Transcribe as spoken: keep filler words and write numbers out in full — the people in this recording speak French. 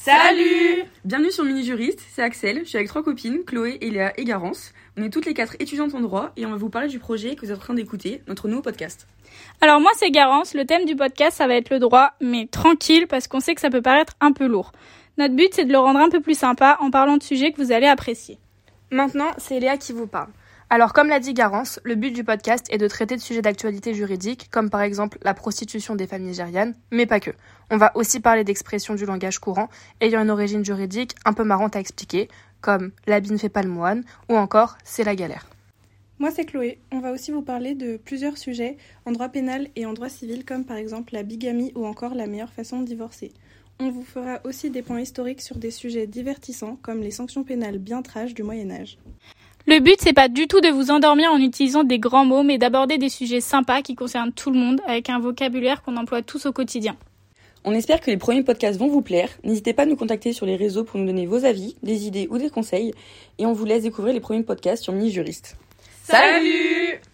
Salut! Bienvenue sur Mini Juriste, c'est Axel, je suis avec trois copines, Chloé, Eléa et Garance. On est toutes les quatre étudiantes en droit et on va vous parler du projet que vous êtes en train d'écouter, notre nouveau podcast. Alors moi c'est Garance, le thème du podcast ça va être le droit, mais tranquille parce qu'on sait que ça peut paraître un peu lourd. Notre but c'est de le rendre un peu plus sympa en parlant de sujets que vous allez apprécier. Maintenant, c'est Eléa qui vous parle. Alors, comme l'a dit Garance, le but du podcast est de traiter de sujets d'actualité juridique, comme par exemple la prostitution des femmes nigérianes, mais pas que. On va aussi parler d'expressions du langage courant ayant une origine juridique un peu marrante à expliquer, comme « l'habit ne fait pas le moine » ou encore « c'est la galère ». Moi c'est Chloé, on va aussi vous parler de plusieurs sujets en droit pénal et en droit civil, comme par exemple la bigamie ou encore la meilleure façon de divorcer. On vous fera aussi des points historiques sur des sujets divertissants, comme les sanctions pénales bien trash du Moyen-Âge. Le but, c'est pas du tout de vous endormir en utilisant des grands mots, mais d'aborder des sujets sympas qui concernent tout le monde, avec un vocabulaire qu'on emploie tous au quotidien. On espère que les premiers podcasts vont vous plaire. N'hésitez pas à nous contacter sur les réseaux pour nous donner vos avis, des idées ou des conseils. Et on vous laisse découvrir les premiers podcasts sur Mini Juriste. Salut!